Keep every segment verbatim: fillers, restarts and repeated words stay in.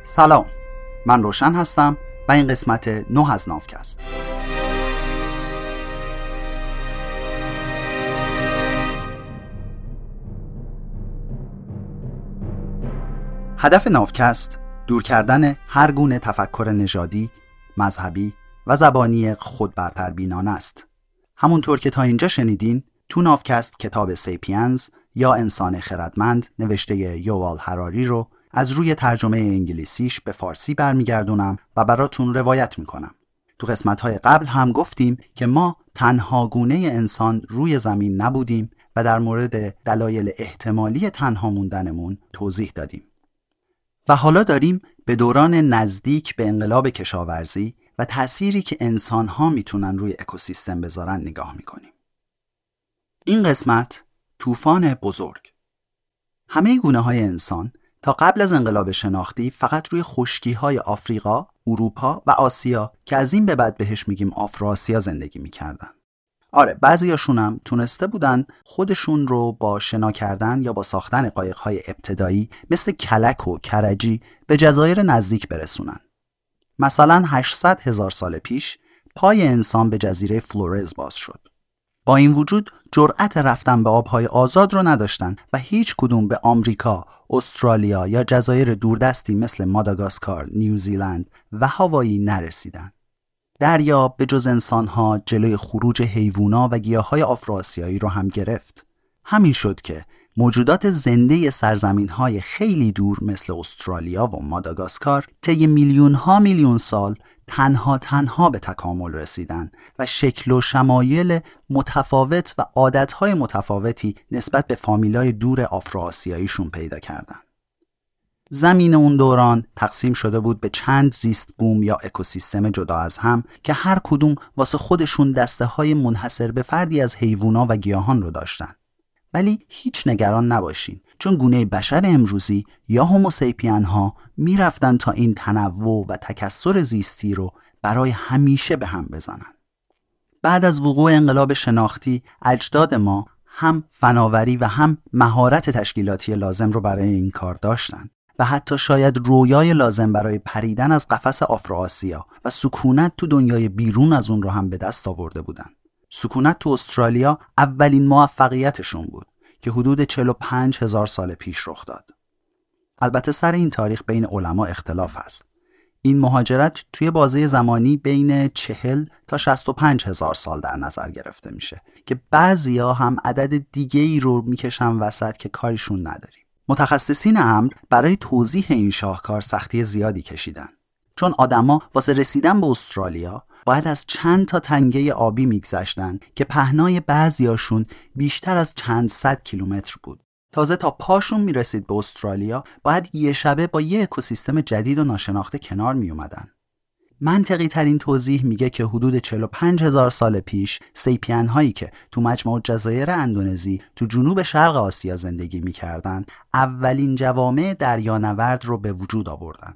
سلام، من روشن هستم و این قسمت نه از ناوکست. هدف ناوکست دور کردن هر گونه تفکر نژادی، مذهبی و زبانی خودبرتربینانه است. همونطور که تا اینجا شنیدین، تو ناوکست کتاب سیپینز یا انسان خردمند نوشته یووال هراری رو از روی ترجمه انگلیسیش به فارسی برمیگردونم و براتون روایت میکنم. تو قسمت‌های قبل هم گفتیم که ما تنها گونه انسان روی زمین نبودیم و در مورد دلایل احتمالی تنها موندنمون توضیح دادیم. و حالا داریم به دوران نزدیک به انقلاب کشاورزی و تأثیری که انسان‌ها میتونن روی اکوسیستم بذارن نگاه میکنیم. این قسمت طوفان بزرگ. همه گونه‌های انسان تا قبل از انقلاب شناختی فقط روی خشکی‌های آفریقا، اروپا و آسیا که از این به بعد بهش میگیم آفراسیا زندگی میکردن. آره، بعضیاشون هم تونسته بودن خودشون رو با شنا کردن یا با ساختن قایق‌های ابتدایی مثل کلک و کرجی به جزایر نزدیک برسونن. مثلا هشتصد هزار سال پیش پای انسان به جزیره فلورز باز شد. با این وجود جرأت رفتن به آبهای آزاد رو نداشتن و هیچ کدوم به آمریکا، استرالیا یا جزایر دوردستی مثل ماداگاسکار، نیوزیلند و هاوایی نرسیدن. دریا به جز انسان‌ها جلوی خروج حیوونا و گیاهای آفراسیایی رو هم گرفت. همین شد که موجودات زنده سرزمین‌های خیلی دور مثل استرالیا و ماداگاسکار طی میلیون‌ها میلیون سال تنها تنها به تکامل رسیدن و شکل و شمایل متفاوت و عادت‌های متفاوتی نسبت به فامیلای دور آفراسیاییشون پیدا کردن. زمین اون دوران تقسیم شده بود به چند زیست بوم یا اکوسیستم جدا از هم که هر کدوم واسه خودشون دسته‌های منحصر به فردی از حیوونا و گیاهان رو داشتن. ولی هیچ نگران نباشین، چون گونه بشر امروزی یا هوموسیپین ها می رفتن تا این تنوع و تکثر زیستی رو برای همیشه به هم بزنن. بعد از وقوع انقلاب شناختی اجداد ما هم فناوری و هم مهارت تشکیلاتی لازم رو برای این کار داشتن و حتی شاید رویای لازم برای پریدن از قفس آفراسیا و سکونت تو دنیای بیرون از اون رو هم به دست آورده بودن. سکونت تو استرالیا اولین موفقیتشون بود که حدود چهل و پنج هزار سال پیش رخ داد. البته سر این تاریخ بین علما اختلاف هست. این مهاجرت توی بازه زمانی بین چهل تا شصت و پنج هزار سال در نظر گرفته میشه که بعضیا هم عدد دیگه ای رو میکشن وسط که کاریشون نداریم. متخصصین امر برای توضیح این شاهکار سختی زیادی کشیدن، چون آدما واسه رسیدن به استرالیا باید از چند تا تنگه آبی میگذشتن که پهنای بعضیاشون بیشتر از چند صد کیلومتر بود. تازه تا پاشون میرسید به استرالیا باید یه شبه با یه اکوسیستم جدید و ناشناخته کنار می اومدن. منطقی ترین توضیح میگه که حدود چهل و پنج هزار سال پیش سیپین هایی که تو مجموعه جزایر اندونزی تو جنوب شرق آسیا زندگی میکردن اولین جوامع دریانورد رو به وجود آوردن.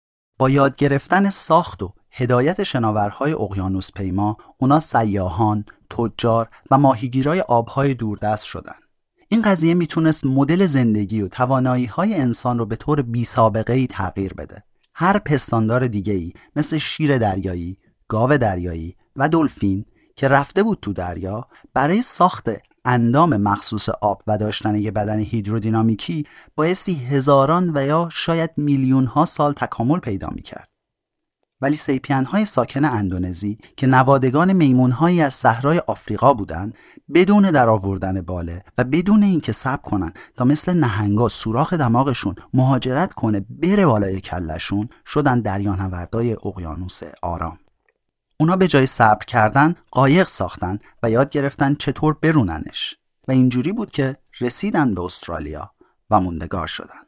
با یاد گرفتن ساخت و هدایت شناورهای اقیانوس پیما، اونا سیاحان، تجار و ماهیگیرای آبهای دوردست شدن. این قضیه میتونست مدل زندگی و توانایی‌های انسان رو به طور بی‌سابقه‌ای تغییر بده. هر پستاندار دیگه‌ای مثل شیر دریایی، گاو دریایی و دلفین که رفته بود تو دریا برای ساخت اندام مخصوص آب و داشتن یک بدن هیدرودینامیکی بایستی هزاران و یا شاید میلیون ها سال تکامل پیدا میکرد. ولی سیپین های ساکن اندونزی که نوادگان میمون هایی از صحرای آفریقا بودن، بدون در آوردن باله و بدون اینکه صبر کنن تا مثل نهنگا سوراخ دماغشون مهاجرت کنه بره بالای کلشون، شدن دریانوردای اقیانوس آرام. اونا به جای صبر کردن قایق ساختن و یاد گرفتن چطور بروننش و اینجوری بود که رسیدن به استرالیا و موندگار شدن.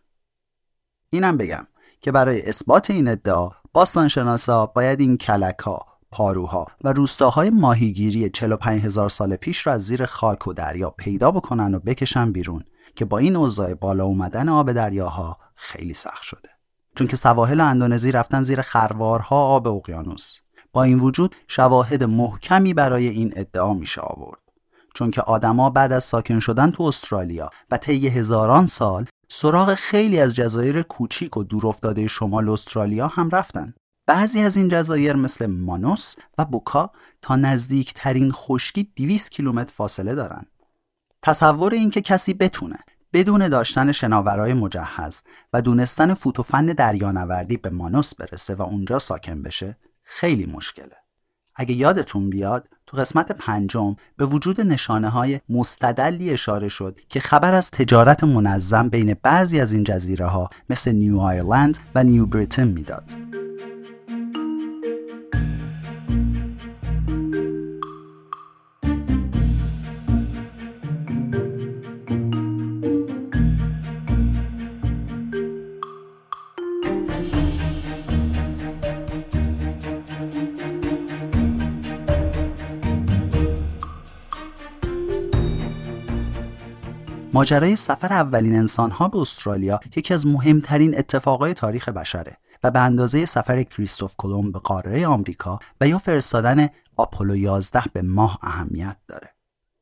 اینم بگم که برای اثبات این ادعا باستانشناسا باید این کلک‌ها، پاروها و روستاهای ماهیگیری چهل و پنج هزار سال پیش رو از زیر خاک و دریا پیدا بکنن و بکشن بیرون که با این اوضاع بالا اومدن آب دریاها خیلی سخت شده، چون که سواحل اندونزی رفتن زیر خروارها آب اقیانوس. با این وجود شواهد محکمی برای این ادعا میشه آورد. چون که آدما بعد از ساکن شدن تو استرالیا و طی هزاران سال سراغ خیلی از جزایر کوچیک و دورافتاده شمال استرالیا هم رفتن. بعضی از این جزایر مثل مانوس و بوکا تا نزدیکترین خشکی دویست کیلومتر فاصله دارن. تصور این که کسی بتونه بدون داشتن شناورای مجهز و دونستن فوت و فن دریانوردی به مانوس برسه و اونجا ساکن بشه خیلی مشکله. اگه یادتون بیاد تو قسمت پنجم به وجود نشانه‌های مستدلی اشاره شد که خبر از تجارت منظم بین بعضی از این جزیره‌ها مثل نیو آیرلند و نیو بریتن میداد. ماجرای سفر اولین انسان‌ها به استرالیا یکی از مهمترین اتفاقای تاریخ بشره و به اندازه سفر کریستوف کلمب به قاره آمریکا و یا فرستادن آپولو یازده به ماه اهمیت داره.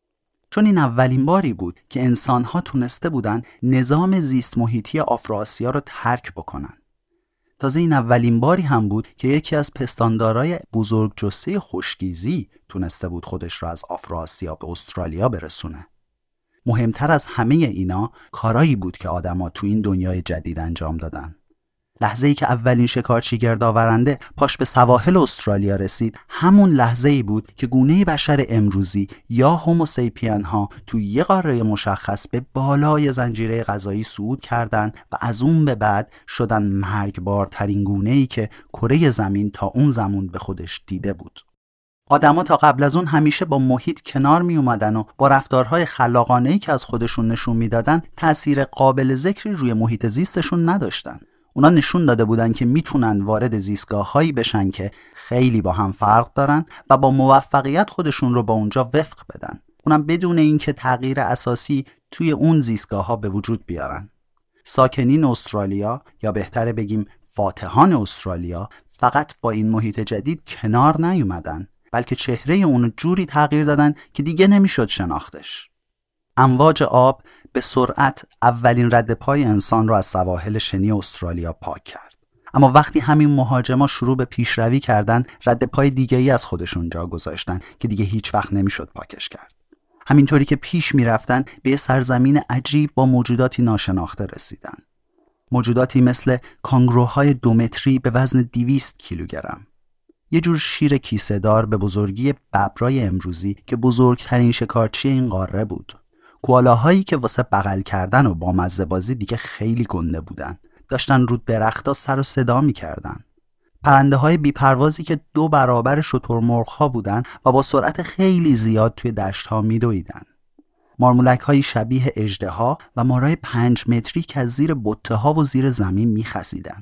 چون این اولین باری بود که انسان‌ها تونسته بودن نظام زیست محیطی آفراسیا رو ترک بکنن. تازه این اولین باری هم بود که یکی از پستاندارای بزرگ جثه خشکیزی تونسته بود خودش رو از آفراسیا به استرالیا برسونه. مهمتر از همه اینا کارایی بود که آدما تو این دنیای جدید انجام دادن. لحظه‌ای که اولین شکارچی گردآورنده پاش به سواحل استرالیا رسید، همون لحظه‌ای بود که گونه بشر امروزی یا هوموسیپین ها تو یه قاره مشخص به بالای زنجیره غذایی صعود کردند و از اون به بعد شدن مرگبارترین گونه‌ای که کره زمین تا اون زمان به خودش دیده بود. آدما تا قبل از اون همیشه با محیط کنار می اومدن و با رفتارهای خلاقانه‌ای که از خودشون نشون میدادن تأثیر قابل ذکری روی محیط زیستشون نداشتن. اونا نشون داده بودن که میتونن وارد زیستگاه‌هایی بشن که خیلی با هم فرق دارن و با موفقیت خودشون رو با اونجا وفق بدن. اونم بدون اینکه تغییر اساسی توی اون زیستگاه‌ها به وجود بیارن. ساکنین استرالیا یا بهتره بگیم فاتحان استرالیا فقط با این محیط جدید کنار نیومدن، بلکه چهره اون جوری تغییر دادن که دیگه نمیشد شناختش. امواج آب به سرعت اولین رد پای انسان رو از سواحل شنی استرالیا پاک کرد. اما وقتی همین مهاجما شروع به پیشروی کردن، رد پای دیگه‌ای از خودشون جا گذاشتن که دیگه هیچ وقت نمیشد پاکش کرد. همینطوری که پیش میرفتن به یه سرزمین عجیب با موجوداتی ناشناخته رسیدن. موجوداتی مثل کانگروهای دو متری به وزن دویست کیلوگرم. یه جور شیر کیسه دار به بزرگی ببرای امروزی که بزرگترین شکارچی این قاره بود. کوالاهایی که واسه بغل کردن و با مزه بازی دیگه خیلی گنده بودن. داشتن رو درخت‌ها سر و صدا می‌کردن. پرنده‌های بی‌پروازی که دو برابر شترمرغ‌ها بودن و با سرعت خیلی زیاد توی دشت‌ها می‌دویدن. مارمولک‌های شبیه اژدها و مارای پنج متری که از زیر بته‌ها و زیر زمین می‌خزیدن.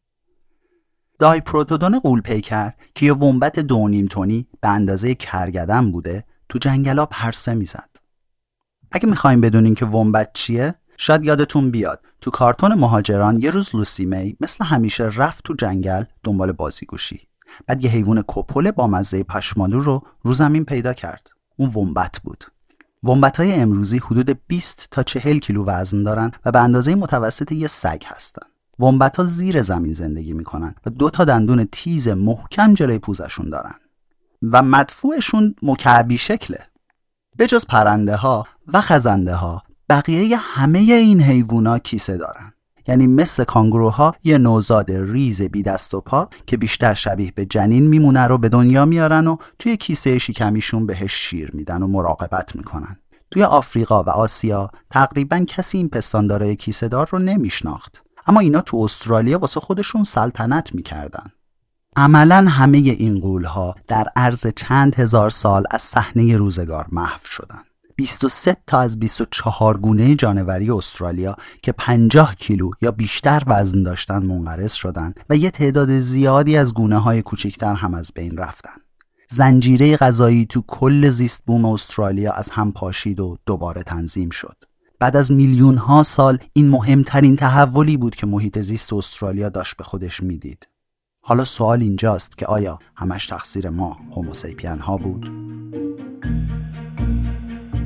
دایپروتودون غول‌پیکر که یه ومبت دو و نیم تنی به اندازه کرگدن بوده تو جنگلا پرسه میزد. اگه میخوایم بدونین که ومبت چیه، شاید یادتون بیاد تو کارتون مهاجران یه روز لوسی می مثل همیشه رفت تو جنگل دنبال بازیگوشی. بعد یه حیوان کپل با مزه پشمالو رو رو زمین پیدا کرد. اون ومبت بود. ومبت‌های امروزی حدود بیست تا چهل کیلو وزن دارن و به اندازه متوسط یه سگ هستن. ومبت‌ها زیر زمین زندگی میکنن و دو تا دندون تیز محکم جلوی پوزشون دارن و مدفوعشون مکعبی شکله. به جز پرنده ها و خزنده ها بقیه همه این حیوونا کیسه دارن. یعنی مثل کانگروها یه نوزاد ریز بی دست و پا که بیشتر شبیه به جنین میمونه رو به دنیا میارن و توی کیسه شکمیشون بهش شیر میدن و مراقبت میکنن. توی آفریقا و آسیا تقریبا کسی این پستاندارای کیسه دار رو نمیشناخت، اما اینا تو استرالیا واسه خودشون سلطنت میکردن. عملاً همه این غول‌ها در عرض چند هزار سال از صحنه روزگار محو شدن. بیست و سه تا از بیست و چهار گونه جانوری استرالیا که پنجاه کیلو یا بیشتر وزن داشتن منقرض شدن و یه تعداد زیادی از گونه‌های کوچکتر هم از بین رفتن. زنجیره غذایی تو کل زیست بوم استرالیا از هم پاشید و دوباره تنظیم شد. بعد از میلیون ها سال این مهمترین تحولی بود که محیط زیست استرالیا داشت به خودش میدید. حالا سوال اینجاست که آیا همش تقصیر ما هوموسیپین ها بود؟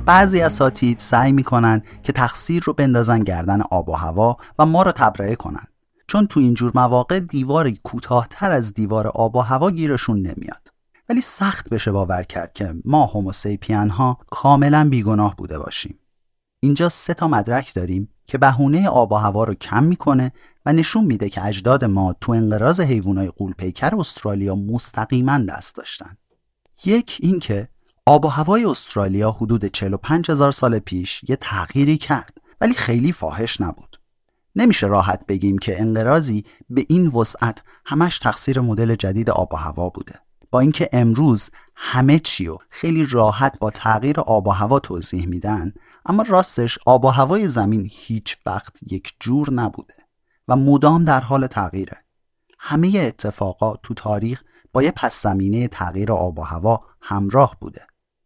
بعضی اساتید سعی میکنن که تقصیر رو بندازن گردن آب و هوا و ما رو تبرئه کنن، چون تو اینجور مواقع دیواری کوتاه‌تر از دیوار آب و هوا گیرشون نمیاد. ولی سخت بشه باور کرد که ما هوموسیپین ها کاملا بیگناه بوده باشیم. اینجا سه تا مدرک داریم که بهونه آب و هوا رو کم میکنه و نشون میده که اجداد ما تو انقراض حیوانات غول‌پیکر استرالیا مستقیما دست داشتن. یک این که آب و هوای استرالیا حدود چهل و پنج هزار سال پیش یه تغییری کرد، ولی خیلی فاحش نبود. نمیشه راحت بگیم که انقراضی به این وسعت همش تقصیر مدل جدید آب و هوا بوده. با اینکه امروز همه چی رو خیلی راحت با تغییر آب و هوا توضیح میدن، اما راستش آب و هوای زمین هیچ وقت یک جور نبوده و مدام در حال تغییره. همه اتفاقات تو تاریخ با یه پس زمینه تغییر آب و هوا همراه بوده.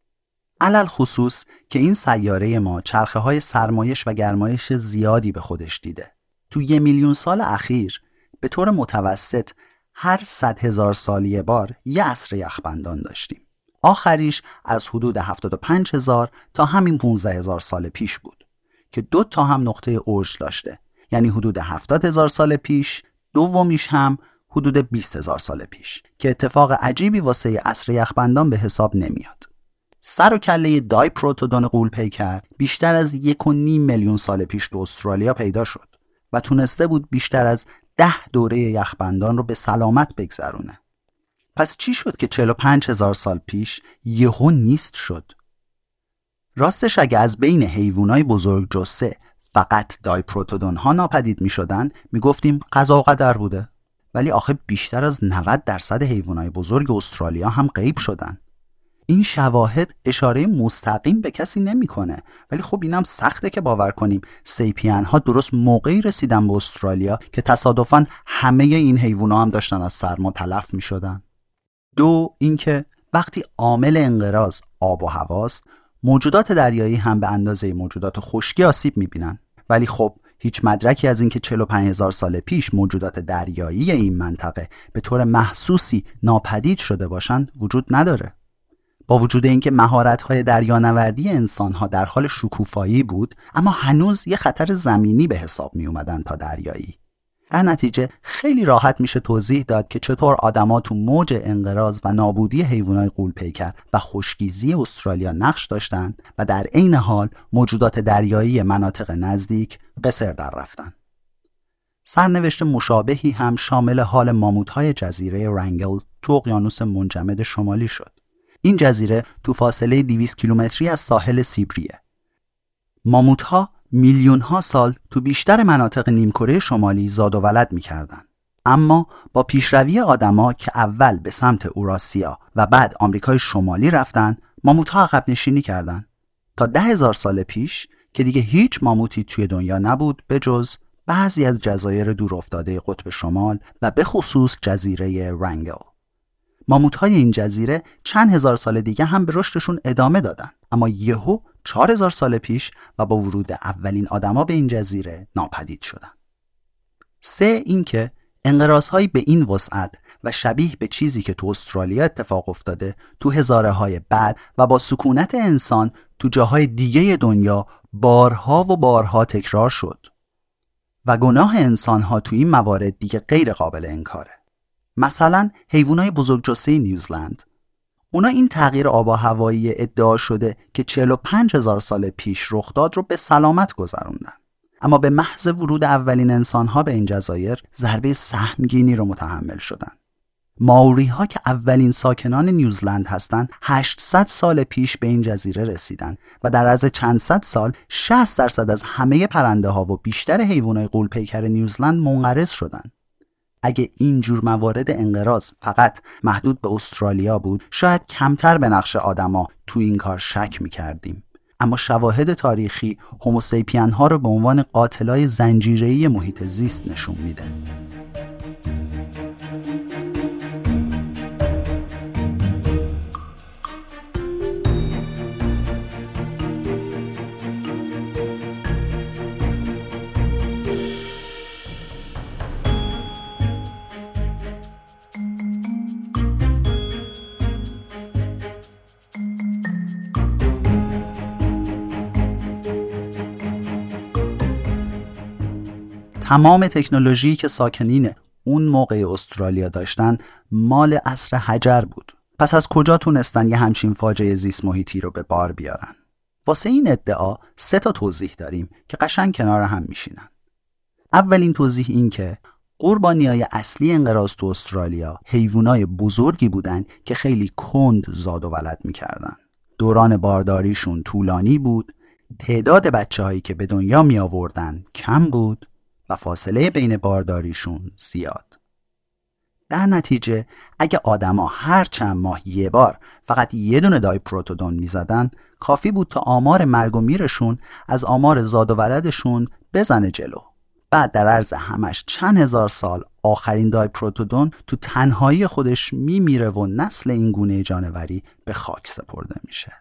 علل خصوص که این سیاره ما چرخه های سرمایش و گرمایش زیادی به خودش دیده. تو یه میلیون سال اخیر به طور متوسط هر صد هزار سالی بار یه عصر یخبندان داشتیم. آخریش از حدود هفتاد و پنج هزار تا همین پانزده هزار سال پیش بود که دو تا هم نقطه اوج داشته، یعنی حدود هفتاد هزار سال پیش، دومیش هم حدود بیست هزار سال پیش، که اتفاق عجیبی واسه عصر یخبندان به حساب نمیاد. سر و کله دایپروتودون غول‌پیکر بیشتر از یک و نیم میلیون سال پیش تو استرالیا پیدا شد و تونسته بود بیشتر از ده دوره یخبندان رو به سلامت بگذرونه. پس چی شد که چهل و پنج هزار سال پیش یهو نیست شد؟ راستش اگه از بین حیوانای بزرگ جثه فقط دایپروتودون ها ناپدید می شدن، می گفتیم قضا و قدر بوده. ولی آخه بیشتر از نود درصد حیوانای بزرگ استرالیا هم غیب شدن. این شواهد اشاره مستقیم به کسی نمیکنه، ولی خب اینم سخته که باور کنیم سیپین ها درست موقعی رسیدن به استرالیا که تصادفاً همه این حیونا هم داشتن از سرما تلف میشدن. دو اینکه وقتی عامل انقراض آب و هواست، موجودات دریایی هم به اندازه موجودات خشکی آسیب میبینن. ولی خب هیچ مدرکی از اینکه چهل و پنج هزار سال پیش موجودات دریایی این منطقه به طور محسوسی ناپدید شده باشن وجود نداره. با وجود اینکه مهارت‌های دریانوردی انسان‌ها در حال شکوفایی بود، اما هنوز یه خطر زمینی به حساب می اومدن تا دریایی. در نتیجه خیلی راحت میشه توضیح داد که چطور آدما تو موج انقراض و نابودی حیوانات غول‌پیکر و خشکیزی استرالیا نقش داشتن و در عین حال موجودات دریایی مناطق نزدیک قصر در رفتن. سرنوشت مشابهی هم شامل حال ماموت‌های جزیره رنگل تو اقیانوس منجمد شمالی شد. این جزیره تو فاصله دویست کیلومتری از ساحل سیبریه. ماموت‌ها میلیون‌ها سال تو بیشتر مناطق نیمکره شمالی زاد و ولد می‌کردن. اما با پیشروی آدما که اول به سمت اوراسیا و بعد آمریکای شمالی رفتن، ماموت‌ها عقب نشینی کردن. تا ده هزار سال پیش که دیگه هیچ ماموتی توی دنیا نبود به جز بعضی از جزایر دورافتاده قطب شمال و به خصوص جزیره رنگل. ماموت‌های این جزیره چند هزار سال دیگه هم به رشدشون ادامه دادن، اما یهو چهار هزار سال پیش و با ورود اولین آدما به این جزیره ناپدید شدن. سه اینکه انقراض‌هایی به این وسعت و شبیه به چیزی که تو استرالیا اتفاق افتاده تو هزاره‌های بعد و با سکونت انسان تو جاهای دیگه دنیا بارها و بارها تکرار شد و گناه انسان‌ها تو این موارد دیگه غیر قابل انکاره. مثلا حیوانات بزرگجثه نیوزلند، اونا این تغییر آب و هوایی ادعا شده که چهل و پنج هزار سال پیش رخ داد رو به سلامت گذروندن، اما به محض ورود اولین انسان‌ها به این جزایر ضربه سهمگینی رو متحمل شدن. ماوری ها که اولین ساکنان نیوزلند هستند، هشتصد سال پیش به این جزیره رسیدن و در عرض چند صد سال شصت درصد از همه پرنده ها و بیشتر حیوانات غول‌پیکر نیوزلند منقرض شدن. اگه این جور موارد انقراض فقط محدود به استرالیا بود، شاید کمتر به نقش آدما تو این کار شک می‌کردیم. اما شواهد تاریخی هوموسیپین ها رو به عنوان قاتلای زنجیره‌ای محیط زیست نشون میده. تمام تکنولوژی که ساکنین اون موقع استرالیا داشتن مال عصر حجر بود. پس از کجا تونستن یه همچین فاجعه زیست محیطی رو به بار بیارن؟ واسه این ادعا سه تا توضیح داریم که قشنگ کنار هم میشینن. اولین توضیح این که قربانیای اصلی انقراض تو استرالیا حیوانای بزرگی بودن که خیلی کند زاد و ولد میکردن. دوران بارداریشون طولانی بود، تعداد بچه‌هایی که به دنیا می آوردن کم بود و فاصله بین بارداریشون زیاد. در نتیجه اگه آدما هر چند ماه یه بار فقط یه دونه دایپروتودون می زدن، کافی بود تا آمار مرگ و میرشون از آمار زاد و ولدشون بزنه جلو. بعد در عرض همش چند هزار سال آخرین دایپروتودون تو تنهایی خودش می میره و نسل این گونه جانوری به خاک سپرده میشه.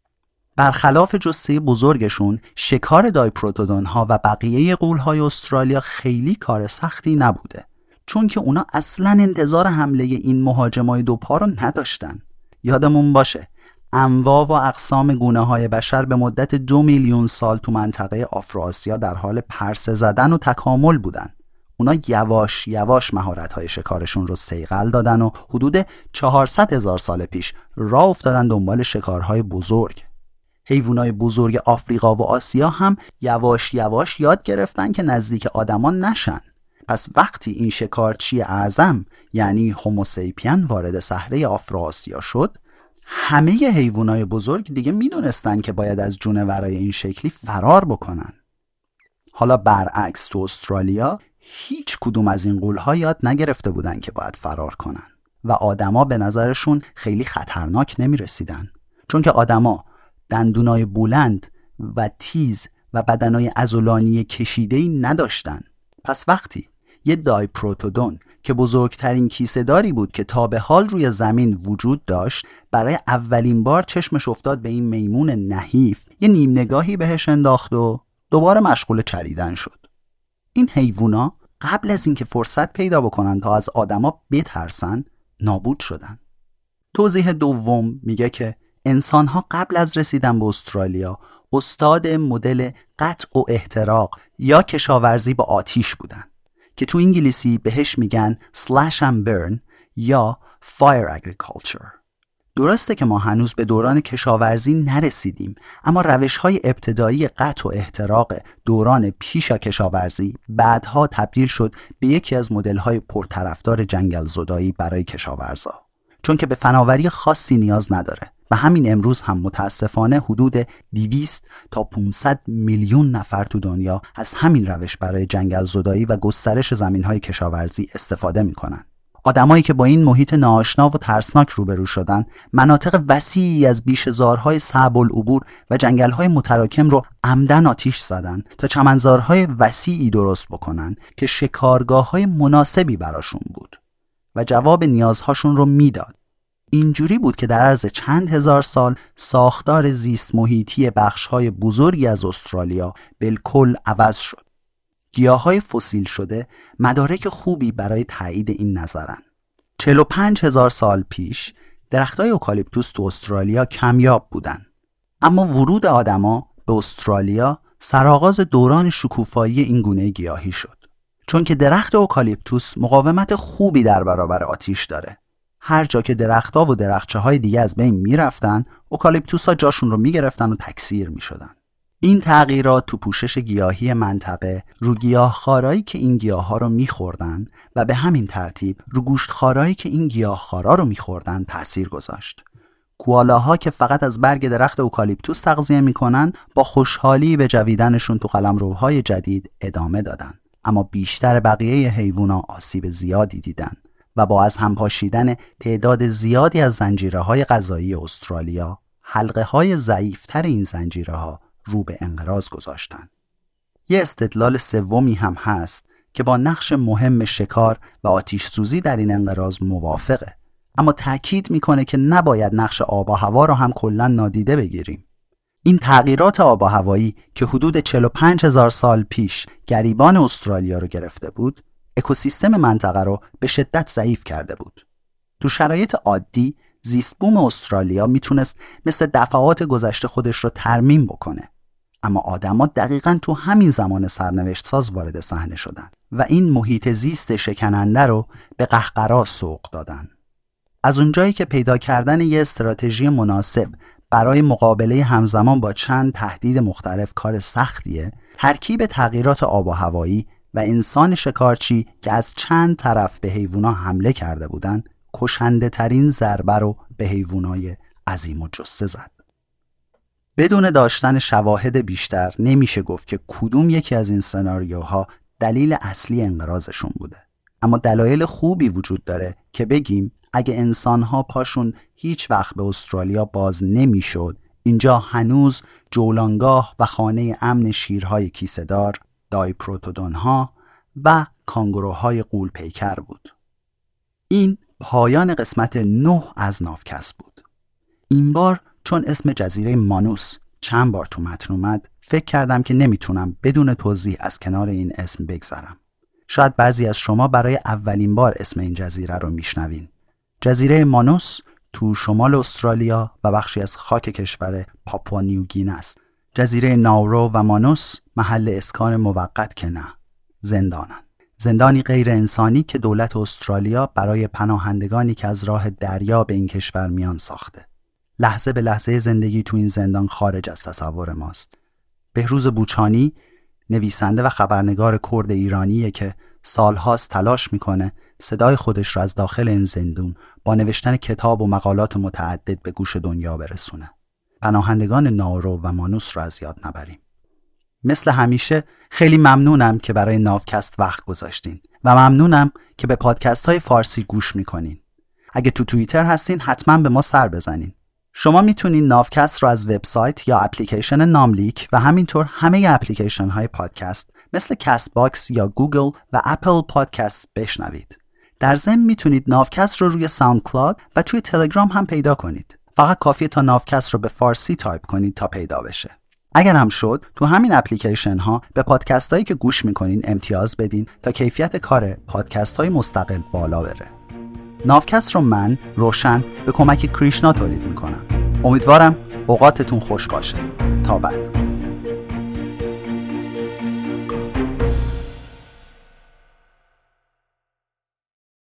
برخلاف جثه بزرگشون، شکار دایپروتودون ها و بقیه غول‌های استرالیا خیلی کار سختی نبوده، چون که اونا اصلاً انتظار حمله این مهاجمای دوپا رو نداشتن. یادمون باشه انواع و اقسام گونه‌های بشر به مدت دو میلیون سال تو منطقه آفراسیا در حال پرسه زدن و تکامل بودن. اونا یواش یواش مهارت‌های شکارشون رو صیقل دادن و حدود چهارصد هزار سال پیش راه افتادن دنبال شکارهای بزرگ. حیوانای بزرگ آفریقا و آسیا هم یواش یواش یاد گرفتن که نزدیک آدمان نشن. پس وقتی این شکارچی اعظم یعنی هوموسیپین وارد صحرای آفراسیا شد، همه حیوانای بزرگ دیگه میدونستن که باید از جونورای این شکلی فرار بکنن. حالا برعکس تو استرالیا هیچ کدوم از این غول‌ها یاد نگرفته بودن که باید فرار کنن و آدما به نظرشون خیلی خطرناک نمیرسیدن، چون که آدما دندونای بلند و تیز و بدنای عضلانی کشیده‌ای نداشتن. پس وقتی یه دایپروتودون که بزرگترین کیسه داری بود که تا به حال روی زمین وجود داشت، برای اولین بار چشمش افتاد به این میمون نحیف، یه نیم نگاهی بهش انداخت و دوباره مشغول چریدن شد. این حیوونا قبل از اینکه فرصت پیدا بکنن تا از آدما بترسن نابود شدن. توضیح دوم میگه که انسان‌ها قبل از رسیدن به استرالیا استاد مدل قطع و احتراق یا کشاورزی با آتیش بودن که تو انگلیسی بهش میگن slash and burn یا fire agriculture. درسته که ما هنوز به دوران کشاورزی نرسیدیم، اما روش‌های ابتدایی قطع و احتراق دوران پیش از کشاورزی بعدها تبدیل شد به یکی از مدل‌های پرطرفدار جنگل زدایی برای کشاورزا، چون که به فناوری خاصی نیاز نداره و همین امروز هم متاسفانه حدود دویست تا پانصد میلیون نفر تو دنیا از همین روش برای جنگل زدایی و گسترش زمین‌های کشاورزی استفاده می‌کنن. آدمایی که با این محیط ناآشنا و ترسناک روبرو شدن، مناطق وسیعی از بیشه‌زارهای صعب العبور و جنگل‌های متراکم رو عمدن آتیش زدن تا چمنزارهای وسیعی درست بکنن که شکارگاه‌های مناسبی براشون بود و جواب نیازهاشون رو میداد. اینجوری بود که در عرض چند هزار سال ساختار زیست محیطی بخش‌های بزرگی از استرالیا بالکل عوض شد. گیاهای فسیل شده مدارک خوبی برای تایید این نظرن. چهل و پنج هزار سال پیش درختای اوکالیپتوس تو استرالیا کمیاب بودن، اما ورود آدما به استرالیا سرآغاز دوران شکوفایی این گونه گیاهی شد، چون که درخت اوکالیپتوس مقاومت خوبی در برابر آتیش داره. هر جا که درخت‌ها و درختچه‌های دیگه از بین می‌رفتن، اوکالیپتوس‌ها جاشون رو می‌گرفتن و تکثیر می‌شدن. این تغییرات تو پوشش گیاهی منطقه رو گیاهخوارایی که این گیاه‌ها رو می‌خوردن و به همین ترتیب رو گوشتخوارایی که این گیاهخوارا رو می‌خوردن تأثیر گذاشت. کوالاها که فقط از برگ درخت اوکالیپتوس تغذیه می‌کنن، با خوشحالی به جویدنشون تو قلمروهای جدید ادامه دادن، اما بیشتر بقیه حیوونا آسیب زیادی دیدن و با از هم پاشیدن تعداد زیادی از زنجیره‌های غذایی استرالیا، حلقه‌های ضعیف‌تر این زنجیره‌ها رو به انقراض گذاشتن. یه استدلال سومی هم هست که با نقش مهم شکار و آتش سوزی در این انقراض موافقه، اما تأکید میکنه که نباید نقش آب و هوا رو هم کلاً نادیده بگیریم. این تغییرات آب و هوایی که حدود چهل و پنج هزار سال پیش گریبان استرالیا رو گرفته بود، اکوسیستم منطقه رو به شدت ضعیف کرده بود. تو شرایط عادی زیست بوم استرالیا میتونست مثل دفعات گذشته خودش رو ترمیم بکنه، اما آدما دقیقاً تو همین زمان سرنوشت ساز وارد صحنه شدن و این محیط زیست شکننده رو به قهقرا سوق دادن. از اونجایی که پیدا کردن یه استراتژی مناسب برای مقابله همزمان با چند تهدید مختلف کار سختیه، ترکیب تغییرات آب و هوایی و انسان شکارچی که از چند طرف به حیوونا حمله کرده بودن، کشنده ترین ضربه رو به حیوانای عظیم و جثه زد. بدون داشتن شواهد بیشتر نمیشه گفت که کدوم یکی از این سناریوها دلیل اصلی انقراضشون بوده. اما دلایل خوبی وجود داره که بگیم اگه انسانها پاشون هیچ وقت به استرالیا باز نمیشد، اینجا هنوز جولانگاه و خانه امن شیرهای کیسه‌دار، دایپروتودونها و کانگوروهای غول پیکر بود. این پایان قسمت نه از ناوکست بود. این بار چون اسم جزیره مانوس چند بار تو متن اومد، فکر کردم که نمیتونم بدون توضیح از کنار این اسم بگذرم. شاید بعضی از شما برای اولین بار اسم این جزیره رو میشنوین. جزیره مانوس تو شمال استرالیا و بخشی از خاک کشور پاپوا نیوگینه است. جزیره ناورو و مانوس محل اسکان موقت که نه، زندانن. زندانی غیر انسانی که دولت استرالیا برای پناهندگانی که از راه دریا به این کشور میان ساخته. لحظه به لحظه زندگی تو این زندان خارج از تصور ماست. بهروز بوچانی، نویسنده و خبرنگار کرد ایرانیه که سالهاست تلاش میکنه صدای خودش را از داخل این زندون با نوشتن کتاب و مقالات متعدد به گوش دنیا برسونه. پناهندگان ناورو و مانوس را از یاد نبریم. مثل همیشه خیلی ممنونم که برای ناوکست وقت گذاشتین و ممنونم که به پادکست های فارسی گوش میکنین. اگه تو توییتر هستین حتما به ما سر بزنین. شما میتونین ناوکست رو از وبسایت یا اپلیکیشن ناملیک و همینطور همه اپلیکیشن های پادکست مثل کست باکس یا گوگل و اپل پادکست بشنوید. در ضمن میتونید ناوکست رو روی ساوند کلاود و توی تلگرام هم پیدا کنید. فقط کافیه تا ناوکست رو به فارسی تایپ کنید تا پیدا بشه. اگر هم شد تو همین اپلیکیشن ها به پادکست هایی که گوش میکنین امتیاز بدین تا کیفیت کار پادکست های مستقل بالا بره. ناوکست رو من روشن به کمک کریشنا تولید میکنم. امیدوارم اوقاتتون خوش باشه. تا بعد.